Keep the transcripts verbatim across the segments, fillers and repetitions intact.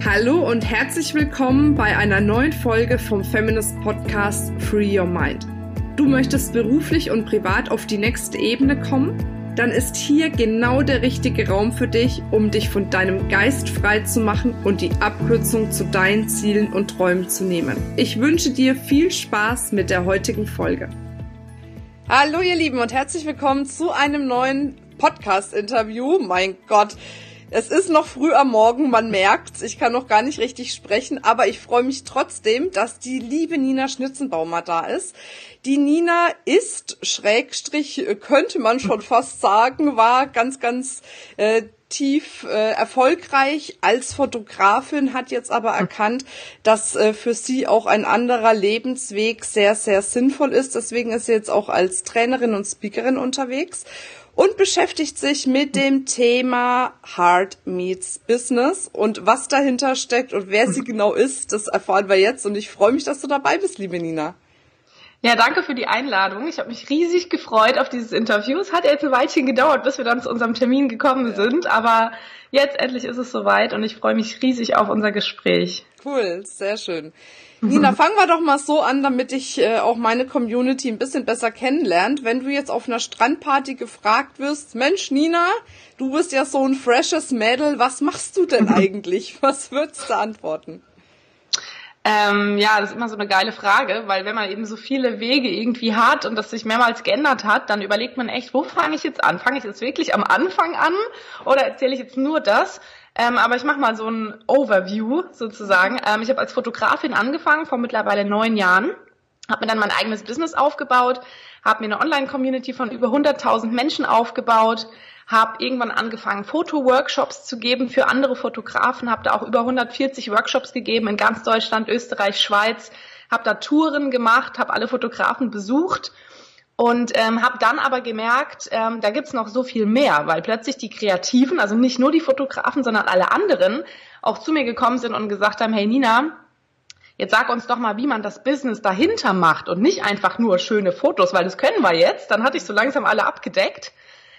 Hallo und herzlich willkommen bei einer neuen Folge vom Feminist Podcast Free Your Mind. Du möchtest beruflich und privat auf die nächste Ebene kommen? Dann ist hier genau der richtige Raum für dich, um dich von deinem Geist frei zu machen und die Abkürzung zu deinen Zielen und Träumen zu nehmen. Ich wünsche dir viel Spaß mit der heutigen Folge. Hallo ihr Lieben und herzlich willkommen zu einem neuen Podcast-Interview. Mein Gott, es ist noch früh am Morgen, man merkt's, ich kann noch gar nicht richtig sprechen, aber ich freue mich trotzdem, dass die liebe Nina Schnitzenbaumer da ist. Die Nina ist, Schrägstrich, könnte man schon fast sagen, war ganz, ganz äh, tief äh, erfolgreich als Fotografin, hat jetzt aber erkannt, dass äh, für sie auch ein anderer Lebensweg sehr, sehr sinnvoll ist. Deswegen ist sie jetzt auch als Trainerin und Speakerin unterwegs und beschäftigt sich mit dem Thema Heart Meets Business. Und was dahinter steckt und wer sie genau ist, das erfahren wir jetzt. Und ich freue mich, dass du dabei bist, liebe Nina. Ja, danke für die Einladung. Ich habe mich riesig gefreut auf dieses Interview. Es hat jetzt ein Weilchen gedauert, bis wir dann zu unserem Termin gekommen sind. Aber jetzt endlich ist es soweit und ich freue mich riesig auf unser Gespräch. Cool, sehr schön. Nina, fangen wir doch mal so an, damit ich äh, auch meine Community ein bisschen besser kennenlernt. Wenn du jetzt auf einer Strandparty gefragt wirst, Mensch, Nina, du bist ja so ein freshes Mädel, was machst du denn eigentlich? Was würdest du antworten? Ähm, ja, das ist immer so eine geile Frage, weil wenn man eben so viele Wege irgendwie hat und das sich mehrmals geändert hat, dann überlegt man echt, wo fange ich jetzt an? Fange ich jetzt wirklich am Anfang an oder erzähle ich jetzt nur das? Ähm, aber ich mache mal so ein Overview sozusagen. Ähm, ich habe als Fotografin angefangen vor mittlerweile neun Jahren, habe mir dann mein eigenes Business aufgebaut, habe mir eine Online-Community von über hunderttausend Menschen aufgebaut, habe irgendwann angefangen, Fotoworkshops zu geben für andere Fotografen, habe da auch über hundertvierzig Workshops gegeben in ganz Deutschland, Österreich, Schweiz, habe da Touren gemacht, habe alle Fotografen besucht. Und ähm, habe dann aber gemerkt, ähm, da gibt's noch so viel mehr, weil plötzlich die Kreativen, also nicht nur die Fotografen, sondern alle anderen, auch zu mir gekommen sind und gesagt haben, hey Nina, jetzt sag uns doch mal, wie man das Business dahinter macht und nicht einfach nur schöne Fotos, weil das können wir jetzt. Dann hatte ich so langsam alle abgedeckt.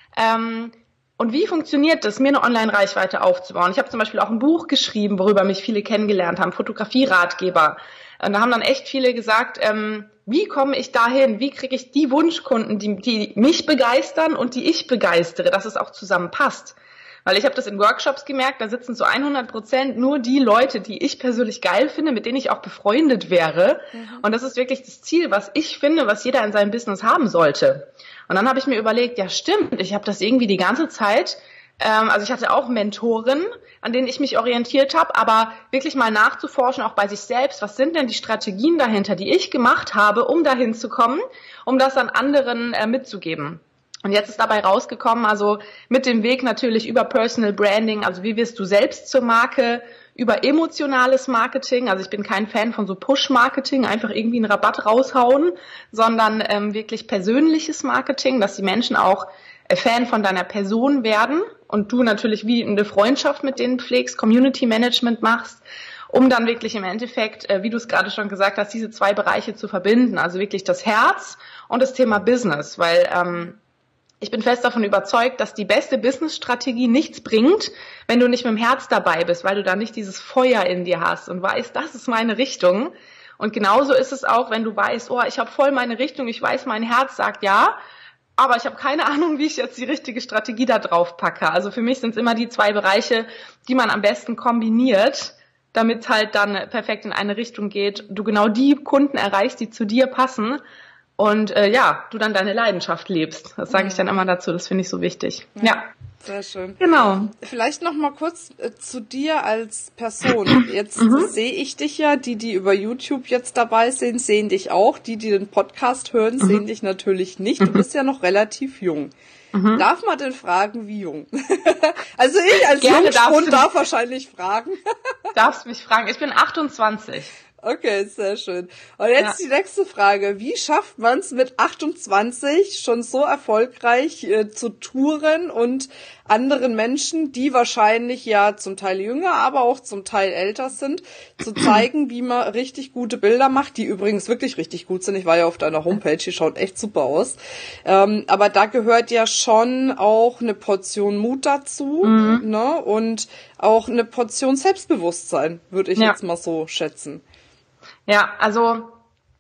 Ähm, und wie funktioniert das, mir eine Online-Reichweite aufzubauen? Ich habe zum Beispiel auch ein Buch geschrieben, worüber mich viele kennengelernt haben, Fotografie-Ratgeber. Und da haben dann echt viele gesagt, ähm, wie komme ich dahin? Wie kriege ich die Wunschkunden, die, die mich begeistern und die ich begeistere, dass es auch zusammenpasst? Weil ich habe das in Workshops gemerkt, da sitzen zu hundert Prozent nur die Leute, die ich persönlich geil finde, mit denen ich auch befreundet wäre. Mhm. Und das ist wirklich das Ziel, was ich finde, was jeder in seinem Business haben sollte. Und dann habe ich mir überlegt, ja stimmt, ich habe das irgendwie die ganze Zeit, ähm, also ich hatte auch Mentoren, an denen ich mich orientiert habe, aber wirklich mal nachzuforschen, auch bei sich selbst, was sind denn die Strategien dahinter, die ich gemacht habe, um dahin zu kommen, um das an anderen äh, mitzugeben. Und jetzt ist dabei rausgekommen, also mit dem Weg natürlich über Personal Branding, also wie wirst du selbst zur Marke, über emotionales Marketing, also ich bin kein Fan von so Push-Marketing, einfach irgendwie einen Rabatt raushauen, sondern ähm, wirklich persönliches Marketing, dass die Menschen auch äh, Fan von deiner Person werden und du natürlich wie eine Freundschaft mit denen pflegst, Community Management machst, um dann wirklich im Endeffekt, äh, wie du es gerade schon gesagt hast, diese zwei Bereiche zu verbinden, also wirklich das Herz und das Thema Business, weil ähm, ich bin fest davon überzeugt, dass die beste Business-Strategie nichts bringt, wenn du nicht mit dem Herz dabei bist, weil du da nicht dieses Feuer in dir hast und weißt, das ist meine Richtung. Und genauso ist es auch, wenn du weißt, oh, ich habe voll meine Richtung, ich weiß, mein Herz sagt ja, aber ich habe keine Ahnung, wie ich jetzt die richtige Strategie da drauf packe. Also für mich sind es immer die zwei Bereiche, die man am besten kombiniert, damit es halt dann perfekt in eine Richtung geht, du genau die Kunden erreichst, die zu dir passen. Und äh, ja, du dann deine Leidenschaft lebst. Das sage ich dann immer dazu, das finde ich so wichtig. Ja, ja. Sehr schön. Genau. Vielleicht noch mal kurz äh, zu dir als Person. Jetzt mhm. sehe ich dich ja, die, die über YouTube jetzt dabei sind, sehen dich auch. Die, die den Podcast hören, mhm. sehen dich natürlich nicht. Du bist ja noch relativ jung. Mhm. Darf man denn fragen, wie jung? Also ich als Jungspund darf wahrscheinlich fragen. Darfst mich fragen. Ich bin achtundzwanzig. Okay, sehr schön. Und jetzt ja. die nächste Frage. Wie schafft man es mit achtundzwanzig schon so erfolgreich äh, zu touren und anderen Menschen, die wahrscheinlich ja zum Teil jünger, aber auch zum Teil älter sind, zu zeigen, wie man richtig gute Bilder macht, die übrigens wirklich richtig gut sind. Ich war ja auf deiner Homepage, die schaut echt super aus. Ähm, aber da gehört ja schon auch eine Portion Mut dazu, mhm. ne? Und auch eine Portion Selbstbewusstsein, würde ich ja. jetzt mal so schätzen. Ja, also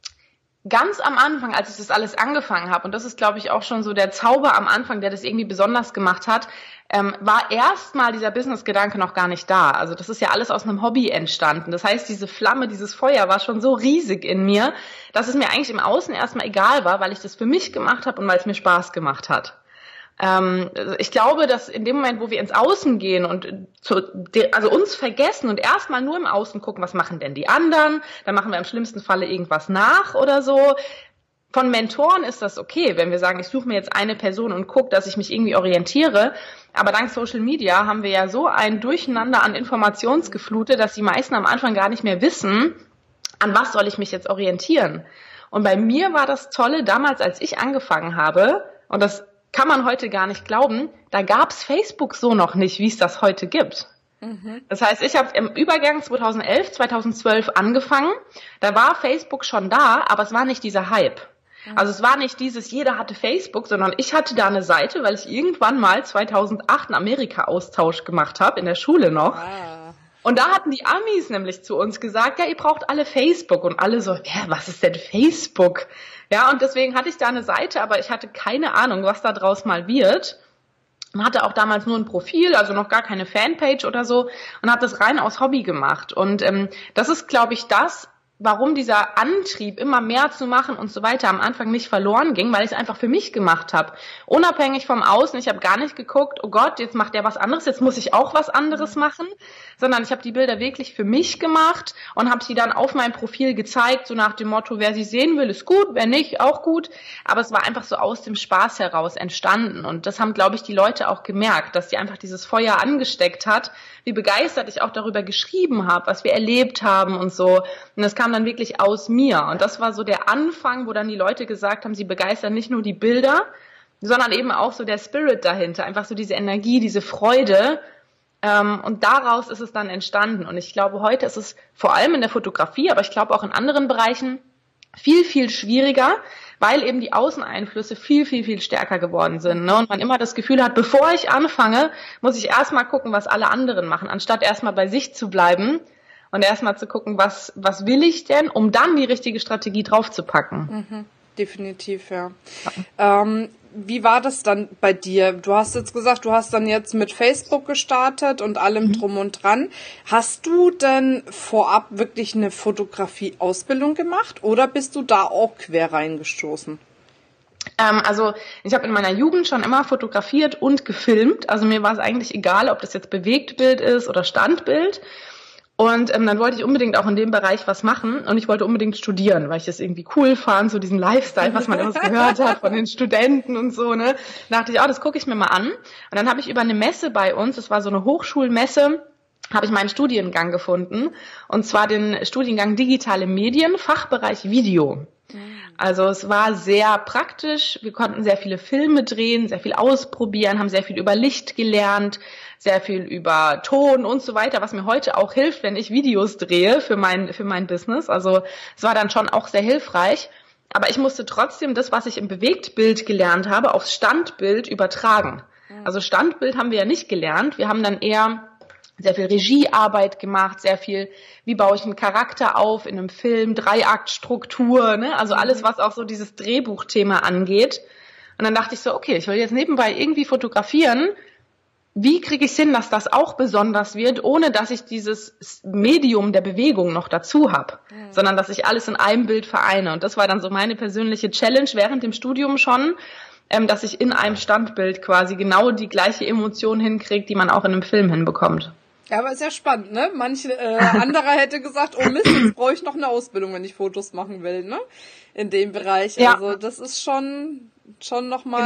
ganz am Anfang, als ich das alles angefangen habe, und das ist, glaube ich, auch schon so der Zauber am Anfang, der das irgendwie besonders gemacht hat, ähm, war erstmal dieser Business-Gedanke noch gar nicht da. Also das ist ja alles aus einem Hobby entstanden. Das heißt, diese Flamme, dieses Feuer war schon so riesig in mir, dass es mir eigentlich im Außen erstmal egal war, weil ich das für mich gemacht habe und weil es mir Spaß gemacht hat. Ähm, ich glaube, dass in dem Moment, wo wir ins Außen gehen und zu, also uns vergessen und erstmal nur im Außen gucken, was machen denn die anderen, dann machen wir im schlimmsten Falle irgendwas nach oder so. Von Mentoren ist das okay, wenn wir sagen, ich suche mir jetzt eine Person und gucke, dass ich mich irgendwie orientiere. Aber dank Social Media haben wir ja so ein Durcheinander an Informationsgeflute, dass die meisten am Anfang gar nicht mehr wissen, an was soll ich mich jetzt orientieren. Und bei mir war das Tolle, damals, als ich angefangen habe, und das kann man heute gar nicht glauben, da gab's Facebook so noch nicht, wie es das heute gibt. Mhm. Das heißt, ich habe im Übergang zweitausendelf, zweitausendzwölf angefangen, da war Facebook schon da, aber es war nicht dieser Hype. Mhm. Also es war nicht dieses, jeder hatte Facebook, sondern ich hatte da eine Seite, weil ich irgendwann mal zweitausendacht einen Amerika-Austausch gemacht habe, in der Schule noch. Ah. Und da hatten die Amis nämlich zu uns gesagt, ja, ihr braucht alle Facebook. Und alle so, ja, was ist denn Facebook? Ja, und deswegen hatte ich da eine Seite, aber ich hatte keine Ahnung, was da draus mal wird. Man hatte auch damals nur ein Profil, also noch gar keine Fanpage oder so, und habe das rein aus Hobby gemacht. Und ähm, das ist, glaube ich, das, warum dieser Antrieb, immer mehr zu machen und so weiter, am Anfang nicht verloren ging, weil ich es einfach für mich gemacht habe. Unabhängig vom Außen, ich habe gar nicht geguckt, oh Gott, jetzt macht der was anderes, jetzt muss ich auch was anderes machen, sondern ich habe die Bilder wirklich für mich gemacht und habe sie dann auf meinem Profil gezeigt, so nach dem Motto, wer sie sehen will, ist gut, wer nicht, auch gut. Aber es war einfach so aus dem Spaß heraus entstanden. Und das haben, glaube ich, die Leute auch gemerkt, dass die einfach dieses Feuer angesteckt hat, wie begeistert ich auch darüber geschrieben habe, was wir erlebt haben und so. Und das kam dann wirklich aus mir. Und das war so der Anfang, wo dann die Leute gesagt haben, sie begeistern nicht nur die Bilder, sondern eben auch so der Spirit dahinter, einfach so diese Energie, diese Freude. Ähm, und daraus ist es dann entstanden. Und ich glaube, heute ist es vor allem in der Fotografie, aber ich glaube auch in anderen Bereichen viel, viel schwieriger, weil eben die Außeneinflüsse viel, viel, viel stärker geworden sind. Ne? Und man immer das Gefühl hat, bevor ich anfange, muss ich erstmal gucken, was alle anderen machen, anstatt erstmal bei sich zu bleiben und erstmal zu gucken, was, was will ich denn, um dann die richtige Strategie draufzupacken. Mhm, definitiv, ja. ja. Ähm, wie war das dann bei dir? Du hast jetzt gesagt, du hast dann jetzt mit Facebook gestartet und allem mhm. drum und dran. Hast du denn vorab wirklich eine Fotografie-Ausbildung gemacht oder bist du da auch quer reingestoßen? Ähm, also ich habe in meiner Jugend schon immer fotografiert und gefilmt. Also mir war es eigentlich egal, ob das jetzt Bewegtbild ist oder Standbild. Und ähm, dann wollte ich unbedingt auch in dem Bereich was machen und ich wollte unbedingt studieren, weil ich das irgendwie cool fand, so diesen Lifestyle, was man immer so gehört hat von den Studenten und so, ne. Da dachte ich, oh, das gucke ich mir mal an. Und dann habe ich über eine Messe bei uns, das war so eine Hochschulmesse, habe ich meinen Studiengang gefunden, und zwar den Studiengang Digitale Medien, Fachbereich Video. Also es war sehr praktisch, wir konnten sehr viele Filme drehen, sehr viel ausprobieren, haben sehr viel über Licht gelernt, sehr viel über Ton und so weiter, was mir heute auch hilft, wenn ich Videos drehe für mein, für mein Business. Also es war dann schon auch sehr hilfreich. Aber ich musste trotzdem das, was ich im Bewegtbild gelernt habe, aufs Standbild übertragen. Also Standbild haben wir ja nicht gelernt. Wir haben dann eher sehr viel Regiearbeit gemacht, sehr viel, wie baue ich einen Charakter auf in einem Film, Dreiaktstruktur, ne? Also alles, was auch so dieses Drehbuchthema angeht. Und dann dachte ich so, okay, ich will jetzt nebenbei irgendwie fotografieren. Wie kriege ich es hin, dass das auch besonders wird, ohne dass ich dieses Medium der Bewegung noch dazu habe, mhm. sondern dass ich alles in einem Bild vereine. Und das war dann so meine persönliche Challenge während dem Studium schon, ähm, dass ich in einem Standbild quasi genau die gleiche Emotion hinkriege, die man auch in einem Film hinbekommt. Ja, aber ist ja spannend, ne? Manche äh, anderer hätte gesagt, oh Mist, jetzt brauche ich noch eine Ausbildung, wenn ich Fotos machen will, ne? In dem Bereich. Ja. Also das ist schon schon nochmal genau.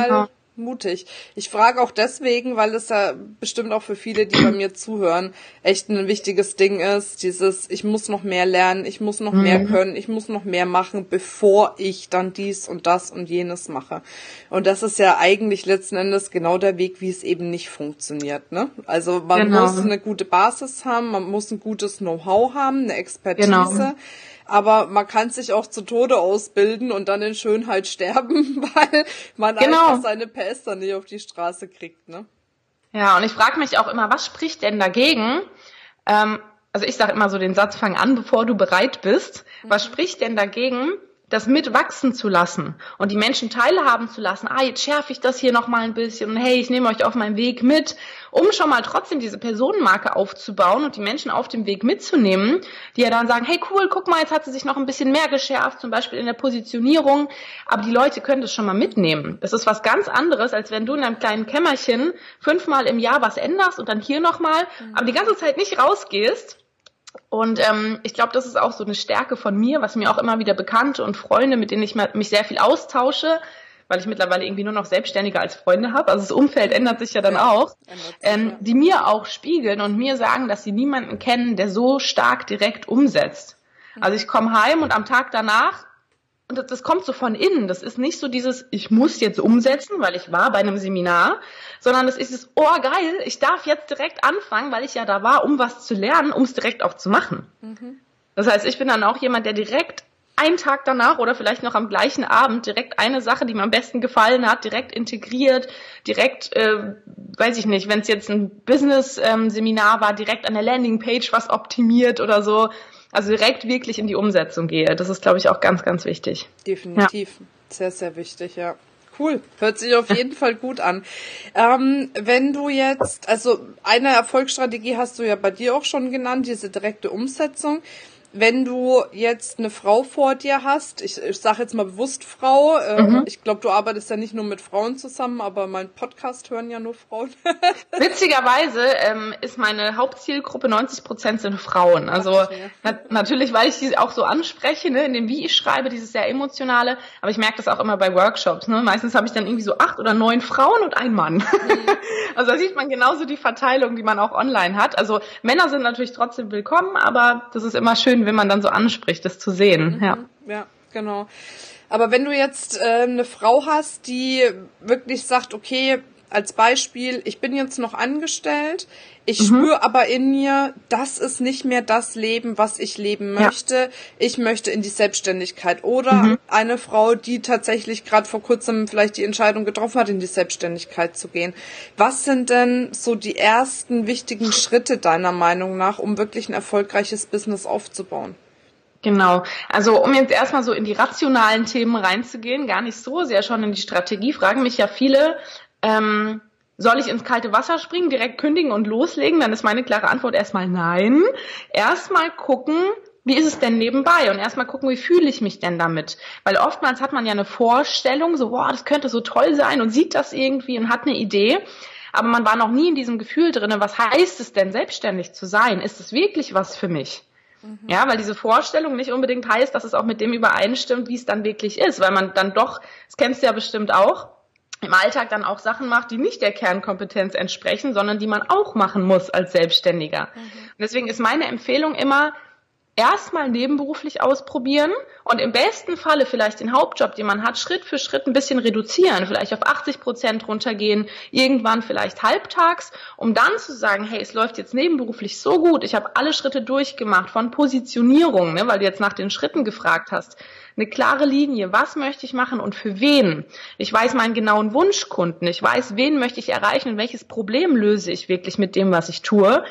mutig. Ich frage auch deswegen, weil es ja bestimmt auch für viele, die bei mir zuhören, echt ein wichtiges Ding ist, dieses, ich muss noch mehr lernen, ich muss noch mhm. mehr können, ich muss noch mehr machen, bevor ich dann dies und das und jenes mache. Und das ist ja eigentlich letzten Endes genau der Weg, wie es eben nicht funktioniert, ne? Also man genau. muss eine gute Basis haben, man muss ein gutes Know-how haben, eine Expertise, genau. aber man kann sich auch zu Tode ausbilden und dann in Schönheit sterben, weil man genau. einfach seine P S dann nicht auf die Straße kriegt, ne? Ja, und ich frage mich auch immer, was spricht denn dagegen? Ähm, also ich sage immer so den Satz, fang an, bevor du bereit bist. Mhm. Was spricht denn dagegen, das mitwachsen zu lassen und die Menschen teilhaben zu lassen? Ah, jetzt schärfe ich das hier nochmal ein bisschen und hey, ich nehme euch auf meinen Weg mit, um schon mal trotzdem diese Personenmarke aufzubauen und die Menschen auf dem Weg mitzunehmen, die ja dann sagen, hey cool, guck mal, jetzt hat sie sich noch ein bisschen mehr geschärft, zum Beispiel in der Positionierung, aber die Leute können das schon mal mitnehmen. Das ist was ganz anderes, als wenn du in einem kleinen Kämmerchen fünfmal im Jahr was änderst und dann hier nochmal, mhm. aber die ganze Zeit nicht rausgehst. Und ähm, ich glaube, das ist auch so eine Stärke von mir, was mir auch immer wieder Bekannte und Freunde, mit denen ich mich sehr viel austausche, weil ich mittlerweile irgendwie nur noch Selbstständige als Freunde habe, also das Umfeld ändert sich ja dann auch, ähm, die mir auch spiegeln und mir sagen, dass sie niemanden kennen, der so stark direkt umsetzt. Also ich komme heim und am Tag danach, und das, das kommt so von innen, das ist nicht so dieses, ich muss jetzt umsetzen, weil ich war bei einem Seminar, sondern es ist das, oh geil, ich darf jetzt direkt anfangen, weil ich ja da war, um was zu lernen, um es direkt auch zu machen. Mhm. Das heißt, ich bin dann auch jemand, der direkt einen Tag danach oder vielleicht noch am gleichen Abend direkt eine Sache, die mir am besten gefallen hat, direkt integriert, direkt, äh, weiß ich nicht, wenn es jetzt ein Business-Seminar ähm, war, direkt an der Landingpage was optimiert oder so. Also direkt wirklich in die Umsetzung gehe. Das ist, glaube ich, auch ganz, ganz wichtig. Definitiv. Ja. Sehr, sehr wichtig, ja. Cool. Hört sich auf jeden Fall gut an. Ähm, wenn du jetzt, also eine Erfolgsstrategie hast du ja bei dir auch schon genannt, diese direkte Umsetzung. Wenn du jetzt eine Frau vor dir hast, ich, ich sage jetzt mal bewusst Frau, äh, mhm. ich glaube, du arbeitest ja nicht nur mit Frauen zusammen, aber meinen Podcast hören ja nur Frauen. Witzigerweise ähm, ist meine Hauptzielgruppe neunzig Prozent sind Frauen. Also Ach, na, natürlich, weil ich die auch so anspreche, ne, in dem wie ich schreibe, dieses sehr emotionale, aber ich merke das auch immer bei Workshops. Ne? Meistens habe ich dann irgendwie so acht oder neun Frauen und ein Mann. Mhm. Also da sieht man genauso die Verteilung, die man auch online hat. Also Männer sind natürlich trotzdem willkommen, aber das ist immer schön, wenn man dann so anspricht, das zu sehen. Mhm, ja. ja, genau. Aber wenn du jetzt äh, eine Frau hast, die wirklich sagt, okay, als Beispiel, ich bin jetzt noch angestellt, ich mhm. spüre aber in mir, das ist nicht mehr das Leben, was ich leben möchte. Ja. Ich möchte in die Selbstständigkeit. Oder mhm. eine Frau, die tatsächlich gerade vor kurzem vielleicht die Entscheidung getroffen hat, in die Selbstständigkeit zu gehen. Was sind denn so die ersten wichtigen Schritte deiner Meinung nach, um wirklich ein erfolgreiches Business aufzubauen? Genau. Also um jetzt erstmal so in die rationalen Themen reinzugehen, gar nicht so sehr schon in die Strategie, fragen mich ja viele, ähm, soll ich ins kalte Wasser springen, direkt kündigen und loslegen? Dann ist meine klare Antwort erstmal nein. Erstmal gucken, wie ist es denn nebenbei? Und erstmal gucken, wie fühle ich mich denn damit? Weil oftmals hat man ja eine Vorstellung, so, boah, das könnte so toll sein und sieht das irgendwie und hat eine Idee. Aber man war noch nie in diesem Gefühl drin, was heißt es denn, selbstständig zu sein? Ist es wirklich was für mich? Mhm. Ja, weil diese Vorstellung nicht unbedingt heißt, dass es auch mit dem übereinstimmt, wie es dann wirklich ist. Weil man dann doch, das kennst du ja bestimmt auch, im Alltag dann auch Sachen macht, die nicht der Kernkompetenz entsprechen, sondern die man auch machen muss als Selbstständiger. Mhm. Und deswegen ist meine Empfehlung immer, erstmal nebenberuflich ausprobieren und im besten Falle vielleicht den Hauptjob, den man hat, Schritt für Schritt ein bisschen reduzieren, vielleicht auf achtzig Prozent runtergehen, irgendwann vielleicht halbtags, um dann zu sagen, hey, es läuft jetzt nebenberuflich so gut, ich habe alle Schritte durchgemacht, von Positionierung, ne, weil du jetzt nach den Schritten gefragt hast, eine klare Linie, was möchte ich machen und für wen? Ich weiß meinen genauen Wunschkunden, ich weiß, wen möchte ich erreichen und welches Problem löse ich wirklich mit dem, was ich tue,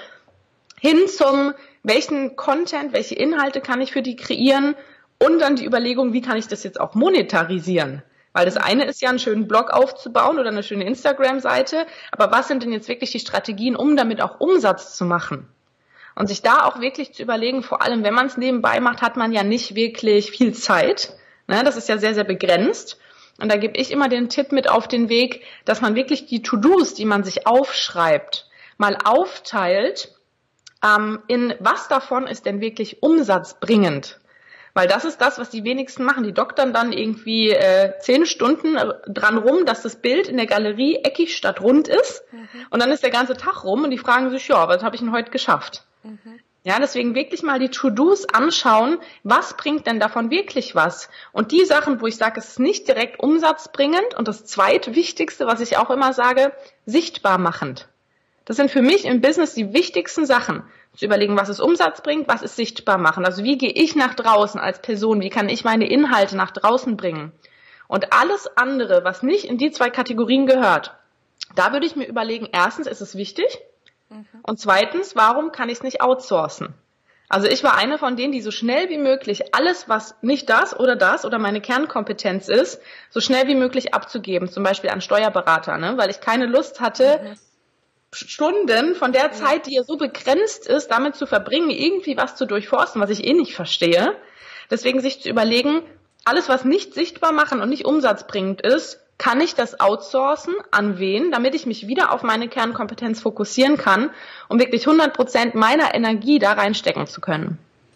hin zum welchen Content, welche Inhalte kann ich für die kreieren und dann die Überlegung, wie kann ich das jetzt auch monetarisieren? Weil das eine ist ja, einen schönen Blog aufzubauen oder eine schöne Instagram-Seite, aber was sind denn jetzt wirklich die Strategien, um damit auch Umsatz zu machen? Und sich da auch wirklich zu überlegen, vor allem wenn man es nebenbei macht, hat man ja nicht wirklich viel Zeit. Ne, das ist ja sehr, sehr begrenzt. Und da gebe ich immer den Tipp mit auf den Weg, dass man wirklich die To-Dos, die man sich aufschreibt, mal aufteilt, in was davon ist denn wirklich umsatzbringend? Weil das ist das, was die wenigsten machen. Die doktern dann irgendwie äh, zehn Stunden dran rum, dass das Bild in der Galerie eckig statt rund ist. Mhm. Und dann ist der ganze Tag rum und die fragen sich, ja, was habe ich denn heute geschafft? Mhm. Ja, deswegen wirklich mal die To-Dos anschauen, was bringt denn davon wirklich was? Und die Sachen, wo ich sage, es ist nicht direkt umsatzbringend, und das zweitwichtigste, was ich auch immer sage, sichtbar machend. Das sind für mich im Business die wichtigsten Sachen. Zu überlegen, was es Umsatz bringt, was es sichtbar machen. Also wie gehe ich nach draußen als Person, wie kann ich meine Inhalte nach draußen bringen? Und alles andere, was nicht in die zwei Kategorien gehört, da würde ich mir überlegen, erstens, ist es wichtig? Und zweitens, warum kann ich es nicht outsourcen? Also ich war eine von denen, die so schnell wie möglich alles, was nicht das oder das oder meine Kernkompetenz ist, so schnell wie möglich abzugeben, zum Beispiel an Steuerberater, ne? Weil ich keine Lust hatte, mhm. Stunden von der Zeit, die ja so begrenzt ist, damit zu verbringen, irgendwie was zu durchforsten, was ich eh nicht verstehe. Deswegen sich zu überlegen, alles, was nicht sichtbar machen und nicht umsatzbringend ist, kann ich das outsourcen, an wen, damit ich mich wieder auf meine Kernkompetenz fokussieren kann, um wirklich hundert Prozent meiner Energie da reinstecken zu können.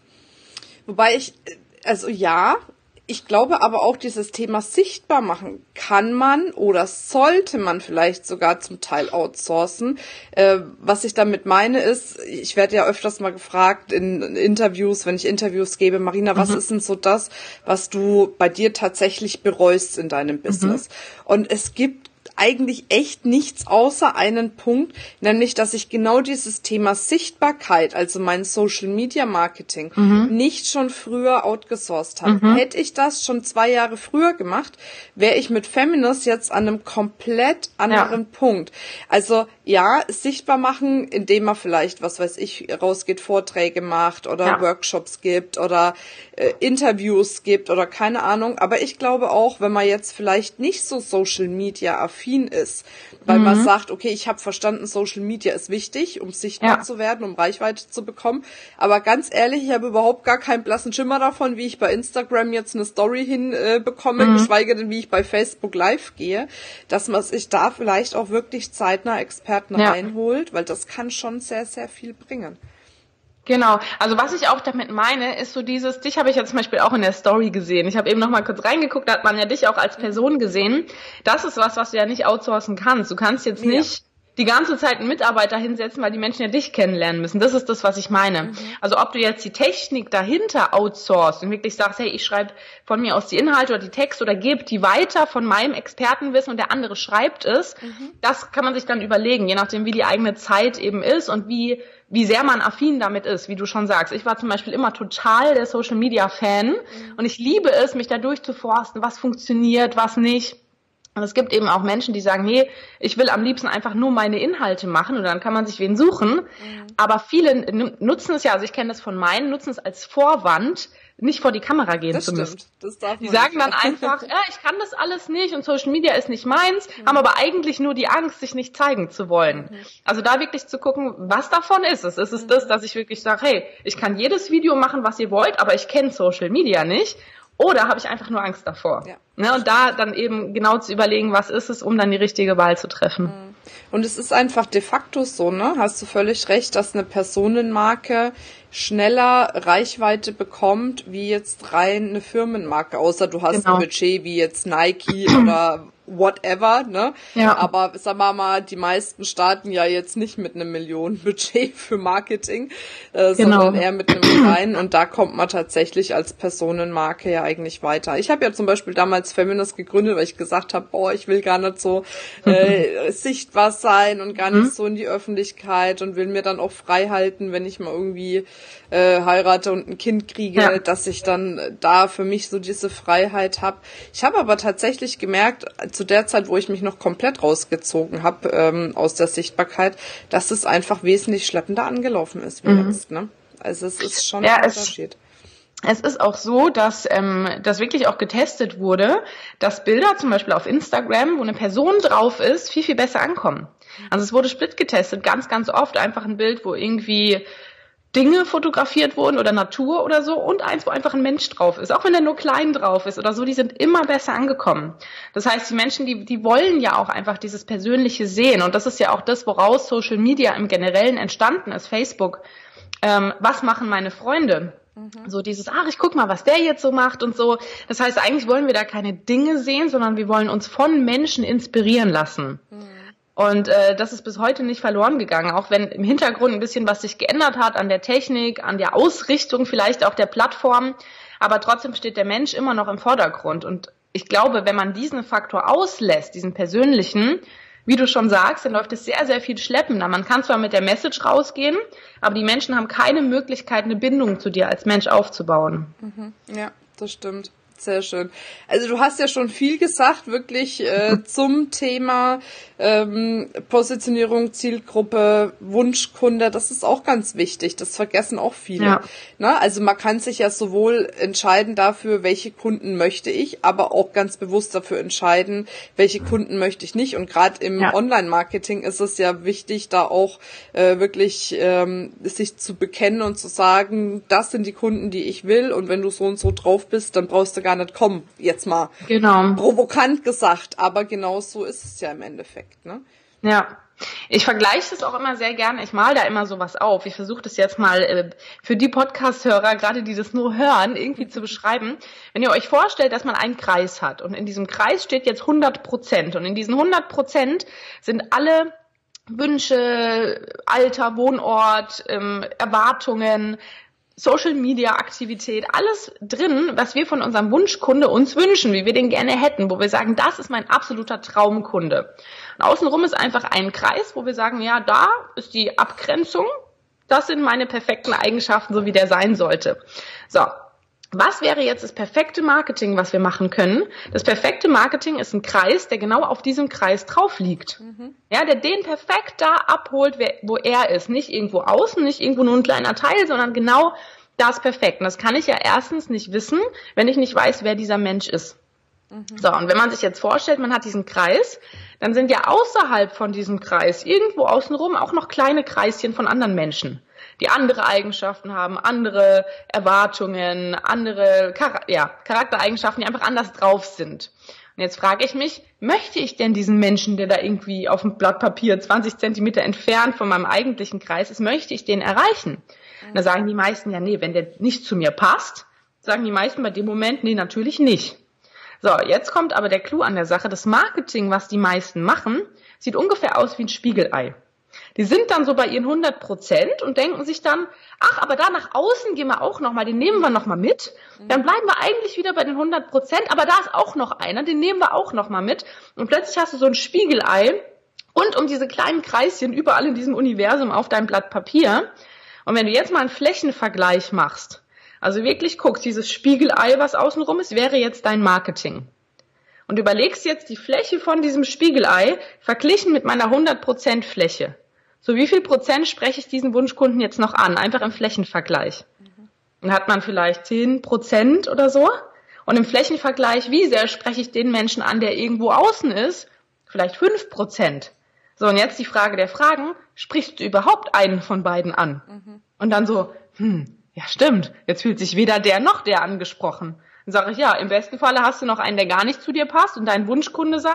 Wobei ich, also ja, ich glaube aber auch, dieses Thema sichtbar machen kann man oder sollte man vielleicht sogar zum Teil outsourcen. Äh, was ich damit meine ist, ich werde ja öfters mal gefragt in Interviews, wenn ich Interviews gebe, Marina, was mhm. ist denn so das, was du bei dir tatsächlich bereust in deinem Business? Mhm. Und es gibt eigentlich echt nichts außer einen Punkt, nämlich, dass ich genau dieses Thema Sichtbarkeit, also mein Social Media Marketing, mhm. nicht schon früher outgesourced habe. Mhm. Hätte ich das schon zwei Jahre früher gemacht, wäre ich mit Feminist jetzt an einem komplett anderen ja. Punkt. Also ja, sichtbar machen, indem man vielleicht, was weiß ich, rausgeht, Vorträge macht oder ja. Workshops gibt oder äh, Interviews gibt oder keine Ahnung. Aber ich glaube auch, wenn man jetzt vielleicht nicht so Social Media affin ist, weil mhm. man sagt, okay, ich habe verstanden, Social Media ist wichtig, um sichtbar ja. zu werden, um Reichweite zu bekommen. Aber ganz ehrlich, ich habe überhaupt gar keinen blassen Schimmer davon, wie ich bei Instagram jetzt eine Story hinbekomme, äh, mhm. geschweige denn, wie ich bei Facebook live gehe, dass man sich da vielleicht auch wirklich zeitnah Experten ja. reinholt, weil das kann schon sehr, sehr viel bringen. Genau, also was ich auch damit meine, ist so dieses, dich habe ich ja zum Beispiel auch in der Story gesehen. Ich habe eben noch mal kurz reingeguckt, da hat man ja dich auch als Person gesehen. Das ist was, was du ja nicht outsourcen kannst. Du kannst jetzt nicht ja. die ganze Zeit einen Mitarbeiter hinsetzen, weil die Menschen ja dich kennenlernen müssen. Das ist das, was ich meine. Mhm. Also ob du jetzt die Technik dahinter outsourcest und wirklich sagst, hey, ich schreibe von mir aus die Inhalte oder die Texte oder gebe die weiter von meinem Expertenwissen und der andere schreibt es, mhm. das kann man sich dann überlegen, je nachdem, wie die eigene Zeit eben ist und wie wie sehr man affin damit ist, wie du schon sagst. Ich war zum Beispiel immer total der Social-Media-Fan mhm. und ich liebe es, mich da durchzuforsten, was funktioniert, was nicht. Und es gibt eben auch Menschen, die sagen, nee, ich will am liebsten einfach nur meine Inhalte machen und dann kann man sich wen suchen. Mhm. Aber viele nutzen es ja, also ich kenne das von meinen, nutzen es als Vorwand, nicht vor die Kamera gehen das zu müssen. Stimmt. Das darf man die sagen nicht. Dann einfach, ja, ich kann das alles nicht und Social Media ist nicht meins, mhm. haben aber eigentlich nur die Angst, sich nicht zeigen zu wollen. Mhm. Also da wirklich zu gucken, was davon ist es. Ist es mhm. das, dass ich wirklich sage, hey, ich kann jedes Video machen, was ihr wollt, aber ich kenne Social Media nicht. Oder habe ich einfach nur Angst davor? Ja. Ne, und da dann eben genau zu überlegen, was ist es, um dann die richtige Wahl zu treffen. Und es ist einfach de facto so, ne? Hast du völlig recht, dass eine Personenmarke schneller Reichweite bekommt, wie jetzt rein eine Firmenmarke, außer du hast genau. ein Budget wie jetzt Nike oder whatever, ne? Ja. Aber sagen wir mal, die meisten starten ja jetzt nicht mit einem Millionenbudget für Marketing, äh, genau. sondern eher mit einem kleinen, und da kommt man tatsächlich als Personenmarke ja eigentlich weiter. Ich habe ja zum Beispiel damals Feminist gegründet, weil ich gesagt habe, boah, ich will gar nicht so äh, sichtbar sein und gar nicht mhm. so in die Öffentlichkeit und will mir dann auch frei halten, wenn ich mal irgendwie äh, heirate und ein Kind kriege, ja. dass ich dann da für mich so diese Freiheit habe. Ich habe aber tatsächlich gemerkt, zu der Zeit, wo ich mich noch komplett rausgezogen habe ähm, aus der Sichtbarkeit, dass es einfach wesentlich schleppender angelaufen ist wie mhm. jetzt. Ne? Also es ist schon ja, ein Unterschied. Es, es ist auch so, dass ähm, das wirklich auch getestet wurde, dass Bilder zum Beispiel auf Instagram, wo eine Person drauf ist, viel, viel besser ankommen. Also es wurde split getestet, ganz, ganz oft einfach ein Bild, wo irgendwie Dinge fotografiert wurden oder Natur oder so und eins, wo einfach ein Mensch drauf ist, auch wenn er nur klein drauf ist oder so, die sind immer besser angekommen. Das heißt, die Menschen, die die wollen ja auch einfach dieses persönliche Sehen, und das ist ja auch das, woraus Social Media im Generellen entstanden ist, Facebook. Ähm, was machen meine Freunde? Mhm. So dieses, ach, ich guck mal, was der jetzt so macht und so. Das heißt, eigentlich wollen wir da keine Dinge sehen, sondern wir wollen uns von Menschen inspirieren lassen. Mhm. Und äh, das ist bis heute nicht verloren gegangen, auch wenn im Hintergrund ein bisschen was sich geändert hat an der Technik, an der Ausrichtung vielleicht auch der Plattform. Aber trotzdem steht der Mensch immer noch im Vordergrund. Und ich glaube, wenn man diesen Faktor auslässt, diesen persönlichen, wie du schon sagst, dann läuft es sehr, sehr viel schleppender. Man kann zwar mit der Message rausgehen, aber die Menschen haben keine Möglichkeit, eine Bindung zu dir als Mensch aufzubauen. Mhm. Ja, das stimmt. Sehr schön. Also du hast ja schon viel gesagt, wirklich äh, zum Thema ähm, Positionierung, Zielgruppe, Wunschkunde. Das ist auch ganz wichtig. Das vergessen auch viele. Ja. Na, also man kann sich ja sowohl entscheiden dafür, welche Kunden möchte ich, aber auch ganz bewusst dafür entscheiden, welche Kunden möchte ich nicht. Und gerade im ja. Online-Marketing ist es ja wichtig, da auch äh, wirklich ähm, sich zu bekennen und zu sagen, das sind die Kunden, die ich will. Und wenn du so und so drauf bist, dann brauchst du gar nicht kommen, jetzt mal genau. provokant gesagt, aber genau so ist es ja im Endeffekt, ne? Ja, ich vergleiche das auch immer sehr gerne, ich male da immer sowas auf, ich versuche das jetzt mal äh, für die Podcast-Hörer, gerade die das nur hören, irgendwie zu beschreiben. Wenn ihr euch vorstellt, dass man einen Kreis hat und in diesem Kreis steht jetzt hundert Prozent und in diesen hundert Prozent sind alle Wünsche, Alter, Wohnort, ähm, Erwartungen, Social-Media-Aktivität, alles drin, was wir von unserem Wunschkunde uns wünschen, wie wir den gerne hätten, wo wir sagen, das ist mein absoluter Traumkunde. Und außenrum ist einfach ein Kreis, wo wir sagen, ja, da ist die Abgrenzung, das sind meine perfekten Eigenschaften, so wie der sein sollte. So. Was wäre jetzt das perfekte Marketing, was wir machen können? Das perfekte Marketing ist ein Kreis, der genau auf diesem Kreis drauf liegt. Mhm. Ja, der den perfekt da abholt, wo er ist. Nicht irgendwo außen, nicht irgendwo nur ein kleiner Teil, sondern genau das perfekt. Und das kann ich ja erstens nicht wissen, wenn ich nicht weiß, wer dieser Mensch ist. Mhm. So, und wenn man sich jetzt vorstellt, man hat diesen Kreis, dann sind ja außerhalb von diesem Kreis irgendwo außenrum auch noch kleine Kreischen von anderen Menschen, die andere Eigenschaften haben, andere Erwartungen, andere Char- ja, Charaktereigenschaften, die einfach anders drauf sind. Und jetzt frage ich mich, möchte ich denn diesen Menschen, der da irgendwie auf dem Blatt Papier zwanzig Zentimeter entfernt von meinem eigentlichen Kreis ist, möchte ich den erreichen? Und da sagen die meisten, ja nee, wenn der nicht zu mir passt, sagen die meisten bei dem Moment, nee, natürlich nicht. So, jetzt kommt aber der Clou an der Sache, das Marketing, was die meisten machen, sieht ungefähr aus wie ein Spiegelei. Die sind dann so bei ihren hundert Prozent und denken sich dann, ach, aber da nach außen gehen wir auch nochmal, den nehmen wir nochmal mit. Dann bleiben wir eigentlich wieder bei den hundert Prozent, aber da ist auch noch einer, den nehmen wir auch nochmal mit. Und plötzlich hast du so ein Spiegelei und um diese kleinen Kreischen überall in diesem Universum auf deinem Blatt Papier. Und wenn du jetzt mal einen Flächenvergleich machst, also wirklich guckst, dieses Spiegelei, was außenrum ist, wäre jetzt dein Marketing. Und überlegst jetzt die Fläche von diesem Spiegelei verglichen mit meiner hundert Prozent Fläche. So wie viel Prozent spreche ich diesen Wunschkunden jetzt noch an? Einfach im Flächenvergleich. Mhm. Dann hat man vielleicht zehn Prozent oder so. Und im Flächenvergleich, wie sehr spreche ich den Menschen an, der irgendwo außen ist? Vielleicht fünf Prozent. So, und jetzt die Frage der Fragen, sprichst du überhaupt einen von beiden an? Mhm. Und dann so, hm, ja stimmt, jetzt fühlt sich weder der noch der angesprochen. Dann sage ich, ja, im besten Falle hast du noch einen, der gar nicht zu dir passt und dein Wunschkunde sagt,